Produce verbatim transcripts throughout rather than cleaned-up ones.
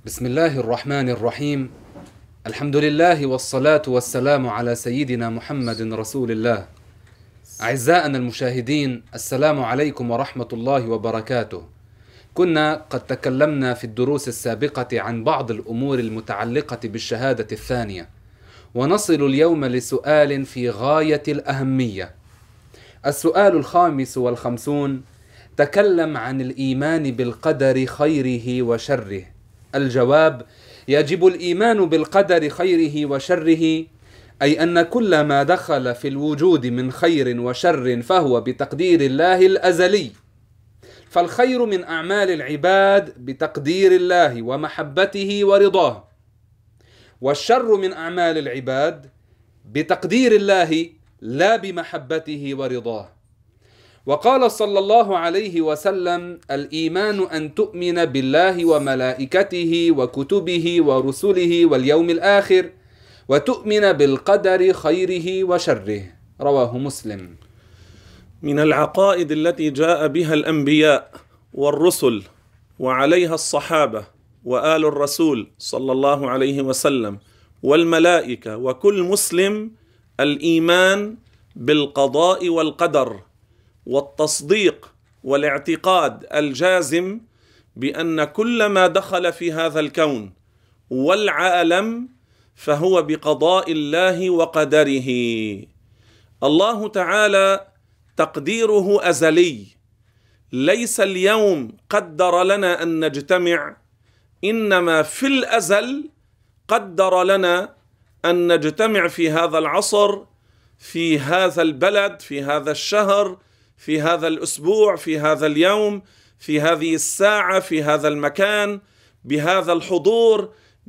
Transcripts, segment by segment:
بسم الله الرحمن الرحيم. الحمد لله والصلاة والسلام على سيدنا محمد رسول الله. أعزائنا المشاهدين، السلام عليكم ورحمة الله وبركاته. كنا قد تكلمنا في الدروس السابقة عن بعض الأمور المتعلقة بالشهادة الثانية، ونصل اليوم لسؤال في غاية الأهمية. السؤال الخامس والخمسون تكلم عن الإيمان بالقدر خيره وشره. الجواب: يجب الإيمان بالقدر خيره وشره، أي أن كل ما دخل في الوجود من خير وشر فهو بتقدير الله الأزلي، فالخير من أعمال العباد بتقدير الله ومحبته ورضاه، والشر من أعمال العباد بتقدير الله لا بمحبته ورضاه. وقال صلى الله عليه وسلم: الإيمان أن تؤمن بالله وملائكته وكتبه ورسله واليوم الآخر، وتؤمن بالقدر خيره وشره. رواه مسلم. من العقائد التي جاء بها الأنبياء والرسل وعليها الصحابة وآل الرسول صلى الله عليه وسلم والملائكة وكل مسلم الإيمان بالقضاء والقدر، والتصديق والاعتقاد الجازم بأن كل ما دخل في هذا الكون والعالم فهو بقضاء الله وقدره. الله تعالى تقديره أزلي، ليس اليوم قدر لنا أن نجتمع، إنما في الأزل قدر لنا أن نجتمع في هذا العصر، في هذا البلد، في هذا الشهر، في هذا الأسبوع، في هذا اليوم، في هذه الساعة، في هذا المكان، بهذا الحضور،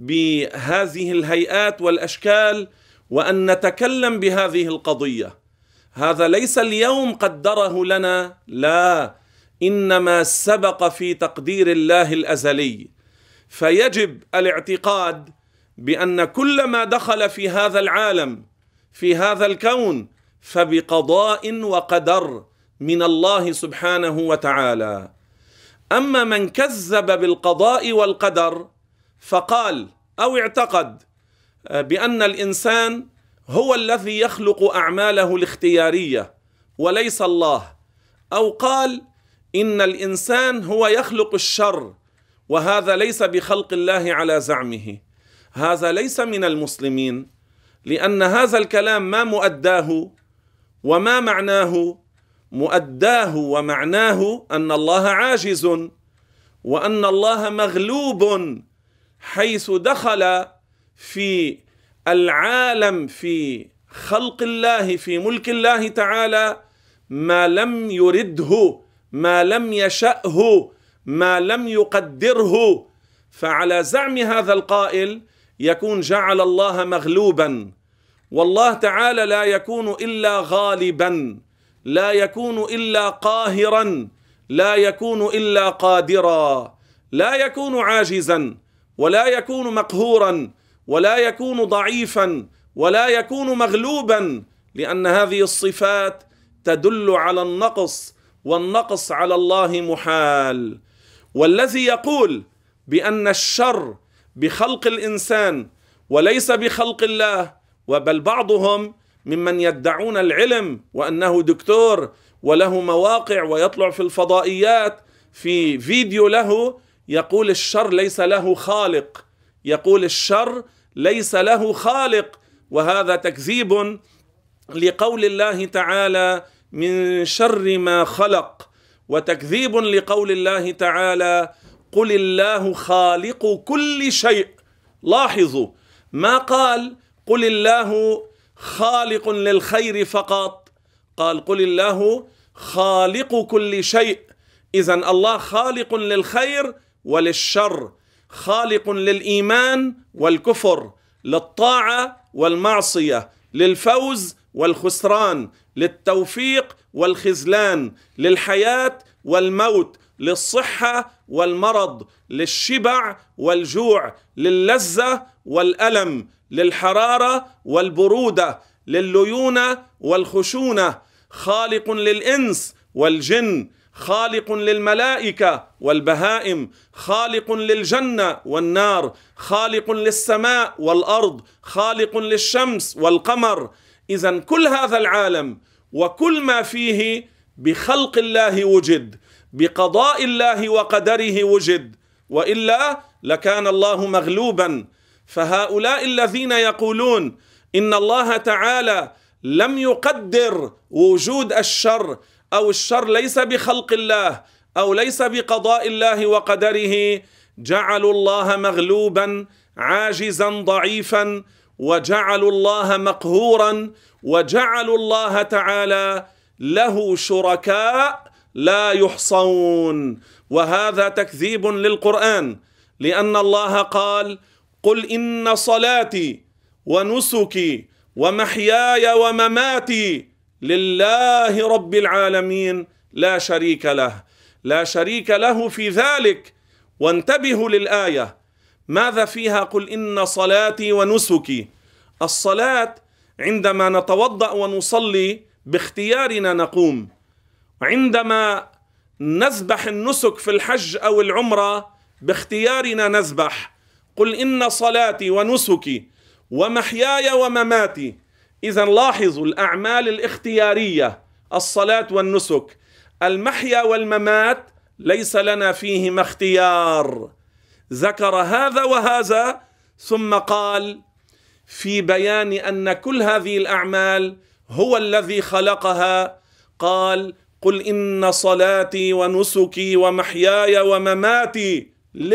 بهذه الهيئات والأشكال، وأن نتكلم بهذه القضية. هذا ليس اليوم قدره لنا، لا، إنما سبق في تقدير الله الأزلي. فيجب الاعتقاد بأن كل ما دخل في هذا العالم، في هذا الكون، فبقضاء وقدر من الله سبحانه وتعالى. أما من كذب بالقضاء والقدر فقال أو اعتقد بأن الإنسان هو الذي يخلق أعماله الاختيارية وليس الله، أو قال إن الإنسان هو يخلق الشر وهذا ليس بخلق الله على زعمه، هذا ليس من المسلمين، لأن هذا الكلام ما مؤداه وما معناه. مؤداه ومعناه أن الله عاجز، وأن الله مغلوب، حيث دخل في العالم، في خلق الله، في ملك الله تعالى، ما لم يرده، ما لم يشأه، ما لم يقدره. فعلى زعم هذا القائل يكون جعل الله مغلوبا، والله تعالى لا يكون إلا غالبا، لا يكون إلا قاهرا، لا يكون إلا قادرا، لا يكون عاجزا، ولا يكون مقهورا، ولا يكون ضعيفا، ولا يكون مغلوبا، لأن هذه الصفات تدل على النقص، والنقص على الله محال. والذي يقول بأن الشر بخلق الإنسان وليس بخلق الله، وبل بعضهم ممن يدعون العلم وأنه دكتور وله مواقع ويطلع في الفضائيات، في فيديو له يقول الشر ليس له خالق، يقول الشر ليس له خالق، وهذا تكذيب لقول الله تعالى من شر ما خلق، وتكذيب لقول الله تعالى قل الله خالق كل شيء. لاحظوا، ما قال قل الله خالق للخير فقط، قال قل الله خالق كل شيء. إذن الله خالق للخير وللشر، خالق للإيمان والكفر، للطاعة والمعصية، للفوز والخسران، للتوفيق والخذلان، للحياة والموت، للصحة والمرض، للشبع والجوع، للذة والألم، للحرارة والبرودة، لليونة والخشونة، خالق للإنس والجن، خالق للملائكة والبهائم، خالق للجنة والنار، خالق للسماء والأرض، خالق للشمس والقمر. إذن كل هذا العالم وكل ما فيه بخلق الله وجد، بقضاء الله وقدره وجد، وإلا لكان الله مغلوبا. فهؤلاء الذين يقولون إن الله تعالى لم يقدر وجود الشر، أو الشر ليس بخلق الله، أو ليس بقضاء الله وقدره، جعلوا الله مغلوبا عاجزا ضعيفا، وجعلوا الله مقهورا، وجعلوا الله تعالى له شركاء لا يحصون. وهذا تكذيب للقرآن، لأن الله قال: قل إن صلاتي ونسكي ومحياي ومماتي لله رب العالمين لا شريك له. لا شريك له في ذلك. وانتبهوا للآية ماذا فيها؟ قل إن صلاتي ونسكي. الصلاة عندما نتوضأ ونصلي باختيارنا نقوم، عندما نذبح النسك في الحج أو العمرة باختيارنا نذبح. قل إن صلاتي ونسكي ومحياي ومماتي. إذن لاحظوا الأعمال الاختيارية، الصلاة والنسك. المحيا والممات ليس لنا فيهما اختيار. ذكر هذا وهذا، ثم قال في بيان أن كل هذه الأعمال هو الذي خلقها، قال: قل إن صلاتي ونسكي ومحياي ومماتي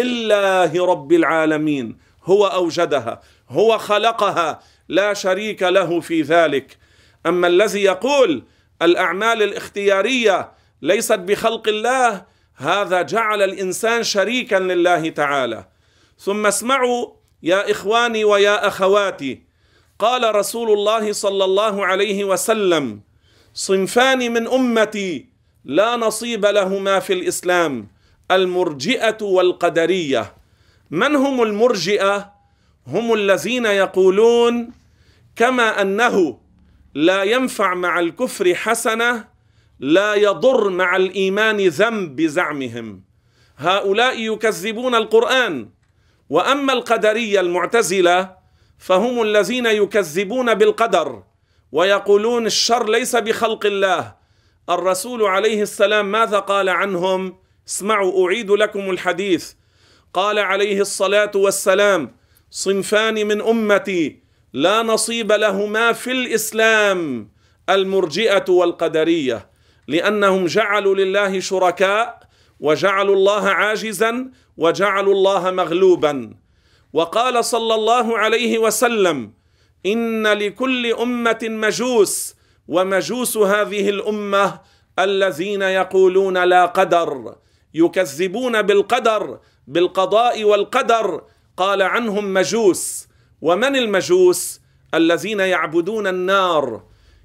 لله رب العالمين. هو أوجدها، هو خلقها، لا شريك له في ذلك. أما الذي يقول الأعمال الاختيارية ليست بخلق الله، هذا جعل الإنسان شريكا لله تعالى. ثم اسمعوا يا إخواني ويا أخواتي، قال رسول الله صلى الله عليه وسلم: صنفان من أمتي لا نصيب لهما في الإسلام، المرجئة والقدرية. من هم المرجئة؟ هم الذين يقولون كما أنه لا ينفع مع الكفر حسنة، لا يضر مع الإيمان ذنب بزعمهم. هؤلاء يكذبون القرآن. وأما القدرية المعتزلة فهم الذين يكذبون بالقدر، ويقولون الشر ليس بخلق الله. الرسول عليه السلام ماذا قال عنهم؟ اسمعوا، أعيد لكم الحديث. قال عليه الصلاة والسلام: صنفان من أمتي لا نصيب لهما في الإسلام، المرجئة والقدرية، لأنهم جعلوا لله شركاء، وجعلوا الله عاجزا، وجعلوا الله مغلوبا. وقال صلى الله عليه وسلم: إن لكل أمة مجوس، ومجوس هذه الأمة الذين يقولون لا قدر، يكذبون بالقدر، بالقضاء والقدر. قال عنهم مجوس. ومن المجوس؟ الذين يعبدون النار،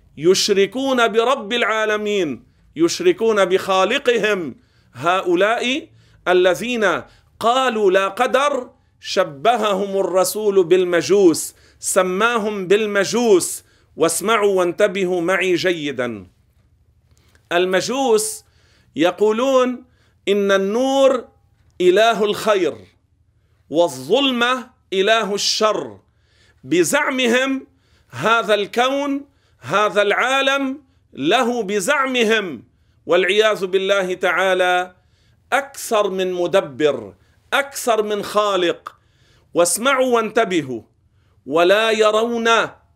يشركون برب العالمين، يشركون بخالقهم. هؤلاء الذين قالوا لا قدر شبههم الرسول بالمجوس، سماهم بالمجوس. واسمعوا وانتبهوا معي جيدا. المجوس يقولون إن النور إله الخير، والظلمة إله الشر. بزعمهم هذا الكون، هذا العالم له بزعمهم والعياذ بالله تعالى أكثر من مدبر، أكثر من خالق. واسمعوا وانتبهوا: ولا يرون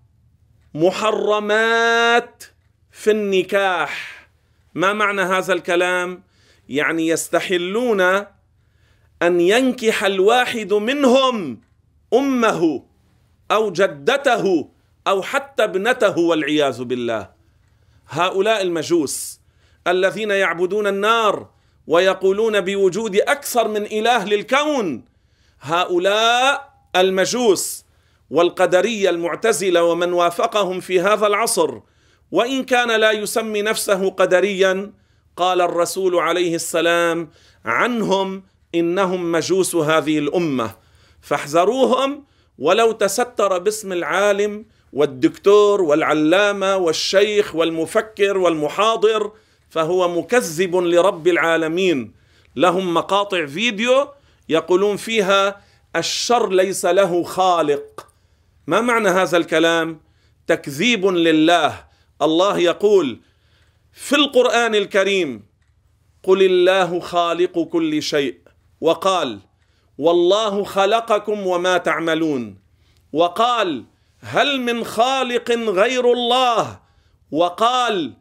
محرمات في النكاح. ما معنى هذا الكلام؟ يعني يستحلون أن ينكح الواحد منهم أمه أو جدته أو حتى ابنته والعياذ بالله. هؤلاء المجوس الذين يعبدون النار ويقولون بوجود أكثر من إله للكون، هؤلاء المجوس والقدرية المعتزلة ومن وافقهم في هذا العصر. وإن كان لا يسمي نفسه قدريا، قال الرسول عليه السلام عنهم إنهم مجوس هذه الأمة، فاحذروهم. ولو تستر باسم العالم والدكتور والعلامة والشيخ والمفكر والمحاضر، فهو مكذب لرب العالمين. لهم مقاطع فيديو يقولون فيها الشر ليس له خالق. ما معنى هذا الكلام؟ تكذيب لله. الله يقول في القرآن الكريم: قل الله خالق كل شيء، وقال: والله خلقكم وما تعملون، وقال: هل من خالق غير الله، وقال: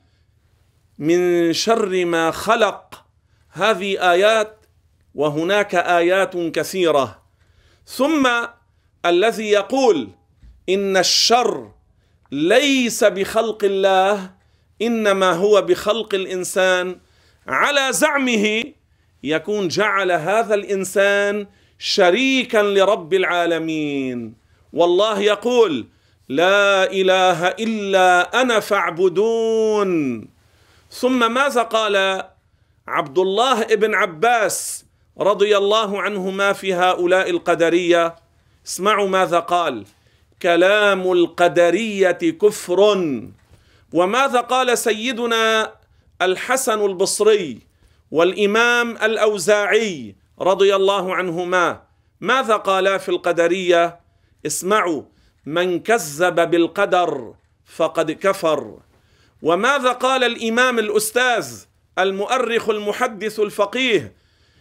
من شر ما خلق. هذه آيات، وهناك آيات كثيرة. ثم الذي يقول إن الشر ليس بخلق الله إنما هو بخلق الإنسان، على زعمه يكون جعل هذا الإنسان شريكا لرب العالمين. والله يقول: لا إله إلا أنا فاعبدون. ثم ماذا قال عبد الله بن عباس رضي الله عنهما في هؤلاء القدرية؟ اسمعوا ماذا قال: كلام القدرية كفر. وماذا قال سيدنا الحسن البصري والإمام الأوزاعي رضي الله عنهما؟ ماذا قالا في القدرية؟ اسمعوا: من كذب بالقدر فقد كفر. وماذا قال الإمام الأستاذ المؤرخ المحدث الفقيه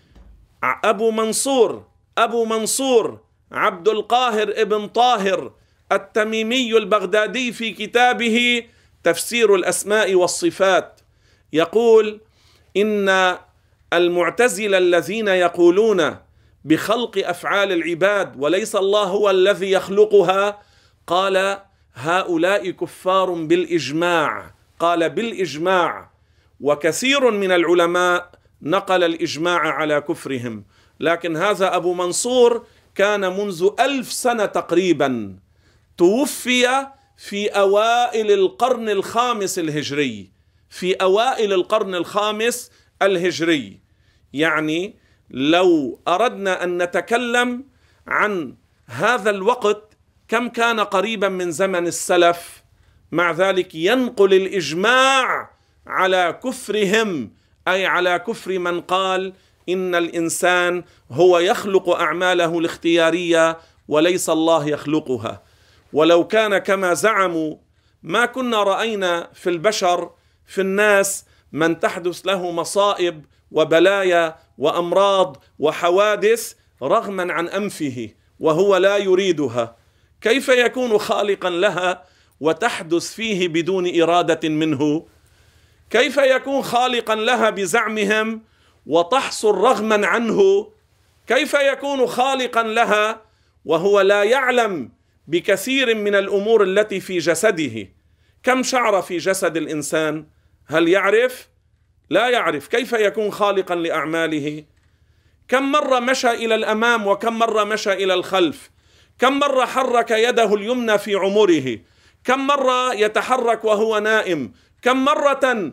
أبو منصور أبو منصور عبد القاهر ابن طاهر التميمي البغدادي في كتابه تفسير الأسماء والصفات؟ يقول: إن المعتزلة الذين يقولون بخلق أفعال العباد وليس الله هو الذي يخلقها، قال: هؤلاء كفار بالإجماع. قال: بالإجماع. وكثير من العلماء نقل الإجماع على كفرهم. لكن هذا أبو منصور كان منذ ألف سنة تقريبا، توفي في أوائل القرن الخامس الهجري في أوائل القرن الخامس الهجري. يعني لو أردنا أن نتكلم عن هذا الوقت كم كان قريبا من زمن السلف، مع ذلك ينقل الإجماع على كفرهم، أي على كفر من قال إن الإنسان هو يخلق أعماله الاختيارية وليس الله يخلقها. ولو كان كما زعموا ما كنا رأينا في البشر في الناس من تحدث له مصائب وبلايا وأمراض وحوادث رغما عن أنفه وهو لا يريدها. كيف يكون خالقا لها وتحدث فيه بدون إرادة منه؟ كيف يكون خالقا لها بزعمهم وتحصل رغما عنه؟ كيف يكون خالقا لها وهو لا يعلم بكثير من الأمور التي في جسده؟ كم شعر في جسد الإنسان؟ هل يعرف؟ لا يعرف. كيف يكون خالقا لأعماله؟ كم مرة مشى إلى الأمام وكم مرة مشى إلى الخلف؟ كم مرة حرك يده اليمنى في عمره؟ كم مرة يتحرك وهو نائم؟ كم مرة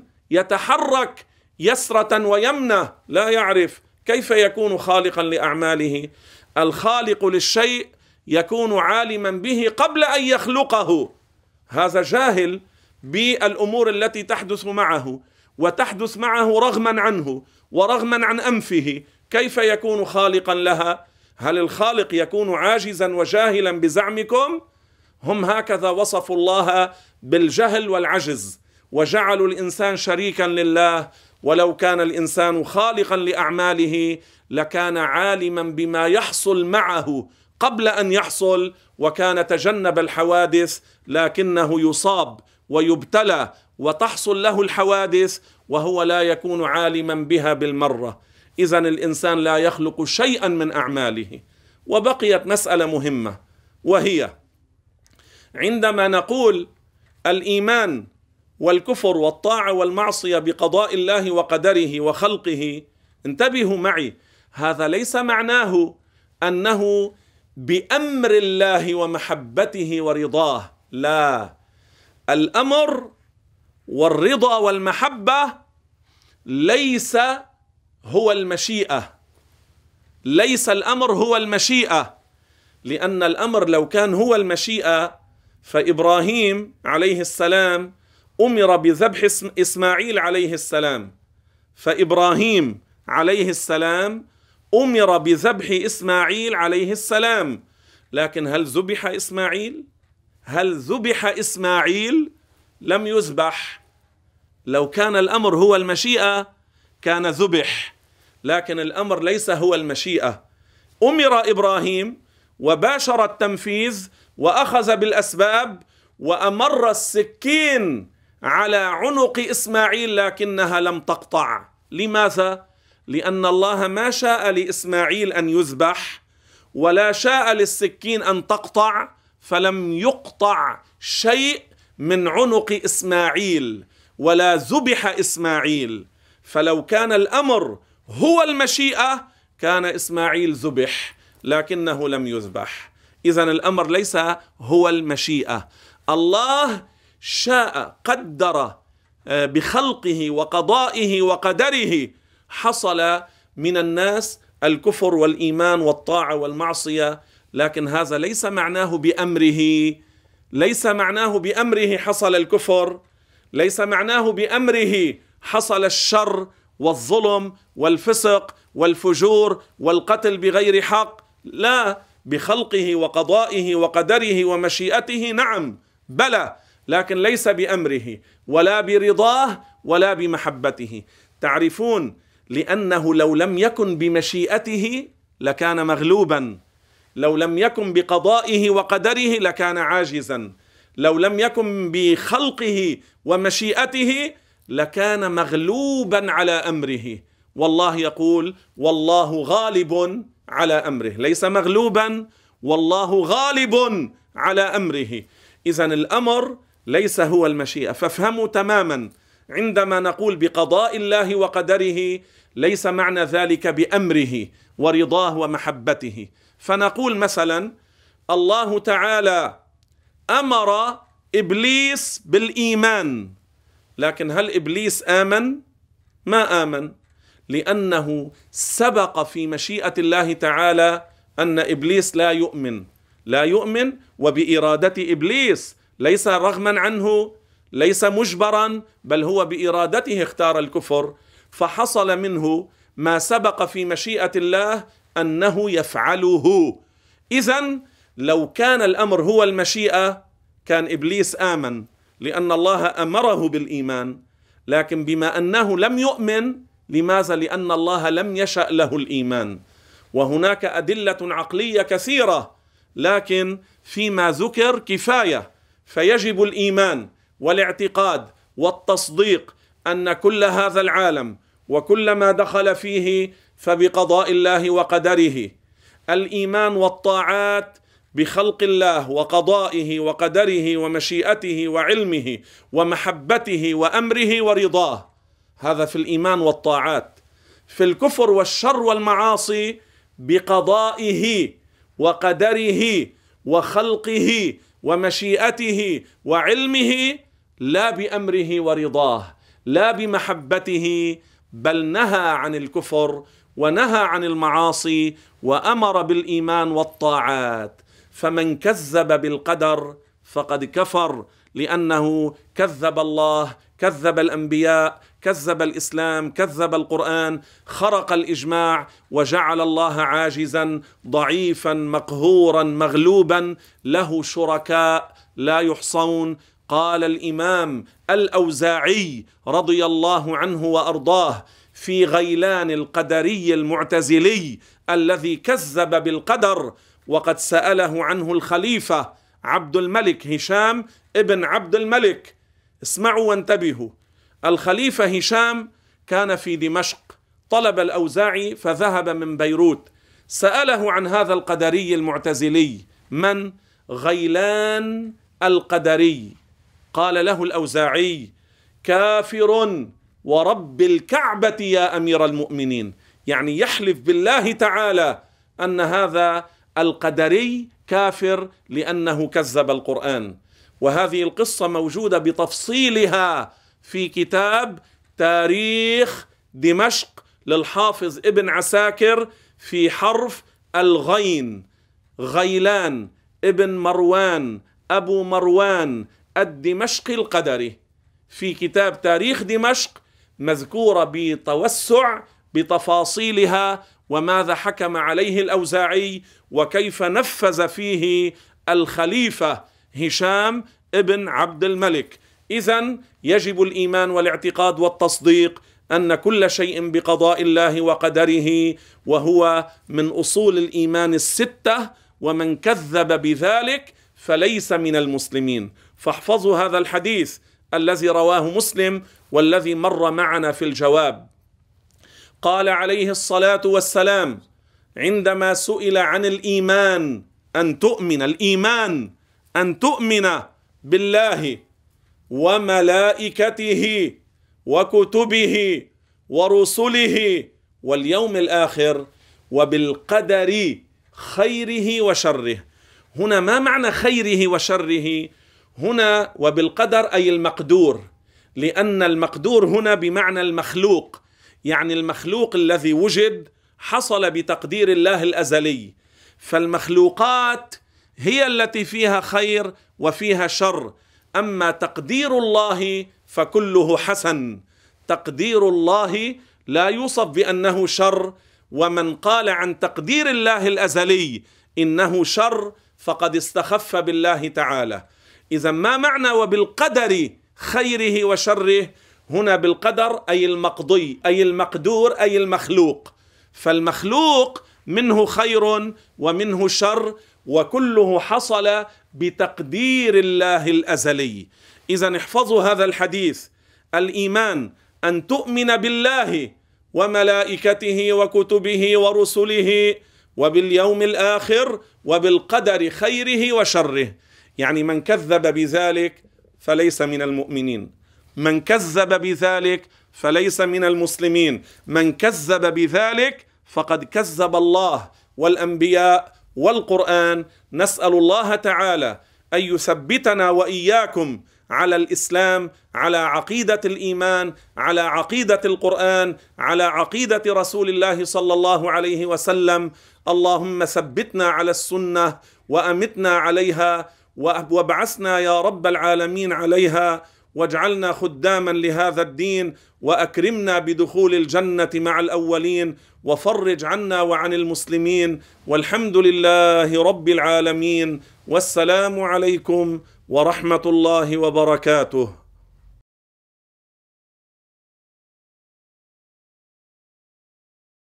يتحرك يسرة ويمنى؟ لا يعرف. كيف يكون خالقا لأعماله؟ الخالق للشيء يكون عالما به قبل أن يخلقه. هذا جاهل بالأمور التي تحدث معه وتحدث معه رغما عنه ورغما عن أنفه. كيف يكون خالقا لها؟ هل الخالق يكون عاجزا وجاهلا بزعمكم؟ هم هكذا وصفوا الله بالجهل والعجز، وجعلوا الإنسان شريكا لله. ولو كان الإنسان خالقا لأعماله لكان عالما بما يحصل معه قبل أن يحصل، وكان تجنب الحوادث، لكنه يصاب ويبتلى وتحصل له الحوادث وهو لا يكون عالما بها بالمرة. إذن الإنسان لا يخلق شيئا من أعماله. وبقيت مسألة مهمة، وهي عندما نقول الإيمان والكفر والطاعة والمعصية بقضاء الله وقدره وخلقه، انتبهوا معي، هذا ليس معناه أنه بأمر الله ومحبته ورضاه. لا، الأمر والرضا والمحبة ليس هو المشيئة، ليس الأمر هو المشيئة، لأن الأمر لو كان هو المشيئة فإبراهيم عليه السلام أمر بذبح إسماعيل عليه السلام، فإبراهيم عليه السلام أمر بذبح إسماعيل عليه السلام، لكن هل ذبح إسماعيل؟ هل ذبح إسماعيل؟ لم يذبح. لو كان الأمر هو المشيئة كان ذبح، لكن الأمر ليس هو المشيئة. أمر إبراهيم وباشر التنفيذ وأخذ بالأسباب وأمر السكين على عنق إسماعيل لكنها لم تقطع. لماذا؟ لأن الله ما شاء لإسماعيل أن يذبح ولا شاء للسكين أن تقطع، فلم يقطع شيء من عنق إسماعيل ولا ذبح إسماعيل. فلو كان الأمر هو المشيئة كان إسماعيل ذبح لكنه لم يذبح. إذن الأمر ليس هو المشيئة. الله شاء، قدر بخلقه وقضائه وقدره، حصل من الناس الكفر والإيمان والطاعة والمعصية، لكن هذا ليس معناه بأمره، ليس معناه بأمره حصل الكفر، ليس معناه بأمره حصل الشر والظلم والفسق والفجور والقتل بغير حق. لا، بخلقه وقضائه وقدره ومشيئته نعم بلى، لكن ليس بأمره ولا برضاه ولا بمحبته. تعرفون، لأنه لو لم يكن بمشيئته لكان مغلوبا، لو لم يكن بقضائه وقدره لكان عاجزا، لو لم يكن بخلقه ومشيئته لكان مغلوبا على أمره. والله يقول والله غالب على أمره، ليس مغلوبا، والله غالب على أمره. إذن الأمر ليس هو المشيئة. فافهموا تماما، عندما نقول بقضاء الله وقدره ليس معنى ذلك بأمره ورضاه ومحبته. فنقول مثلا الله تعالى أمر إبليس بالإيمان، لكن هل إبليس آمن؟ ما آمن، لأنه سبق في مشيئة الله تعالى أن إبليس لا يؤمن، لا يؤمن وبإرادة إبليس، ليس رغما عنه، ليس مجبرا، بل هو بإرادته اختار الكفر، فحصل منه ما سبق في مشيئة الله أنه يفعله. إذن لو كان الأمر هو المشيئة كان إبليس آمن، لأن الله أمره بالإيمان، لكن بما أنه لم يؤمن، لماذا؟ لأن الله لم يشأ له الإيمان. وهناك أدلة عقلية كثيرة، لكن فيما ذكر كفاية. فيجب الإيمان والاعتقاد والتصديق أن كل هذا العالم وكل ما دخل فيه فبقضاء الله وقدره. الإيمان والطاعات بخلق الله وقضائه وقدره ومشيئته وعلمه ومحبته وأمره ورضاه، هذا في الإيمان والطاعات. في الكفر والشر والمعاصي بقضائه وقدره وخلقه ومشيئته وعلمه، لا بأمره ورضاه، لا بمحبته، بل نهى عن الكفر ونهى عن المعاصي وأمر بالإيمان والطاعات. فمن كذب بالقدر فقد كفر، لأنه كذب الله، كذب الأنبياء، كذب الإسلام، كذب القرآن، خرق الإجماع وجعل الله عاجزا ضعيفا مقهورا مغلوبا له شركاء لا يحصون. قال الإمام الأوزاعي رضي الله عنه وأرضاه في غيلان القدري المعتزلي الذي كذب بالقدر، وقد سأله عنه الخليفة عبد الملك هشام ابن عبد الملك. اسمعوا وانتبهوا، الخليفة هشام كان في دمشق، طلب الأوزاعي فذهب من بيروت، سأله عن هذا القدري المعتزلي، من؟ غيلان القدري. قال له الأوزاعي: كافر ورب الكعبة يا أمير المؤمنين، يعني يحلف بالله تعالى أن هذا القدري كافر لأنه كذب القرآن. وهذه القصة موجودة بتفصيلها في كتاب تاريخ دمشق للحافظ ابن عساكر في حرف الغين. غيلان ابن مروان أبو مروان الدمشقي القدري، في كتاب تاريخ دمشق مذكورة بتوسع بتفاصيلها، وماذا حكم عليه الأوزاعي وكيف نفذ فيه الخليفة هشام ابن عبد الملك. إذن يجب الإيمان والاعتقاد والتصديق أن كل شيء بقضاء الله وقدره، وهو من أصول الإيمان الستة، ومن كذب بذلك فليس من المسلمين. فاحفظوا هذا الحديث الذي رواه مسلم والذي مر معنا في الجواب. قال عليه الصلاة والسلام عندما سئل عن الإيمان أن تؤمن الإيمان أن تؤمن بالله وملائكته وكتبه ورسله واليوم الآخر وبالقدر خيره وشره. هنا ما معنى خيره وشره؟ هنا وبالقدر أي المقدور، لأن المقدور هنا بمعنى المخلوق، يعني المخلوق الذي وجد حصل بتقدير الله الأزلي. فالمخلوقات هي التي فيها خير وفيها شر، أما تقدير الله فكله حسن. تقدير الله لا يوصف بأنه شر، ومن قال عن تقدير الله الأزلي إنه شر فقد استخف بالله تعالى. إذا ما معنى وبالقدر خيره وشره؟ هنا بالقدر أي المقضي أي المقدور أي المخلوق، فالمخلوق منه خير ومنه شر، وكله حصل بتقدير الله الأزلي. إذن احفظوا هذا الحديث: الإيمان أن تؤمن بالله وملائكته وكتبه ورسله وباليوم الآخر وبالقدر خيره وشره. يعني من كذب بذلك فليس من المؤمنين، من كذب بذلك فليس من المسلمين، من كذب بذلك فقد كذب الله والأنبياء والقرآن. نسأل الله تعالى أن يثبتنا وإياكم على الإسلام، على عقيدة الإيمان، على عقيدة القرآن، على عقيدة رسول الله صلى الله عليه وسلم. اللهم ثبتنا على السنة وأمتنا عليها، وابعثنا يا رب العالمين عليها، واجعلنا خداما لهذا الدين، وأكرمنا بدخول الجنة مع الأولين، وفرج عنا وعن المسلمين، والحمد لله رب العالمين، والسلام عليكم ورحمة الله وبركاته.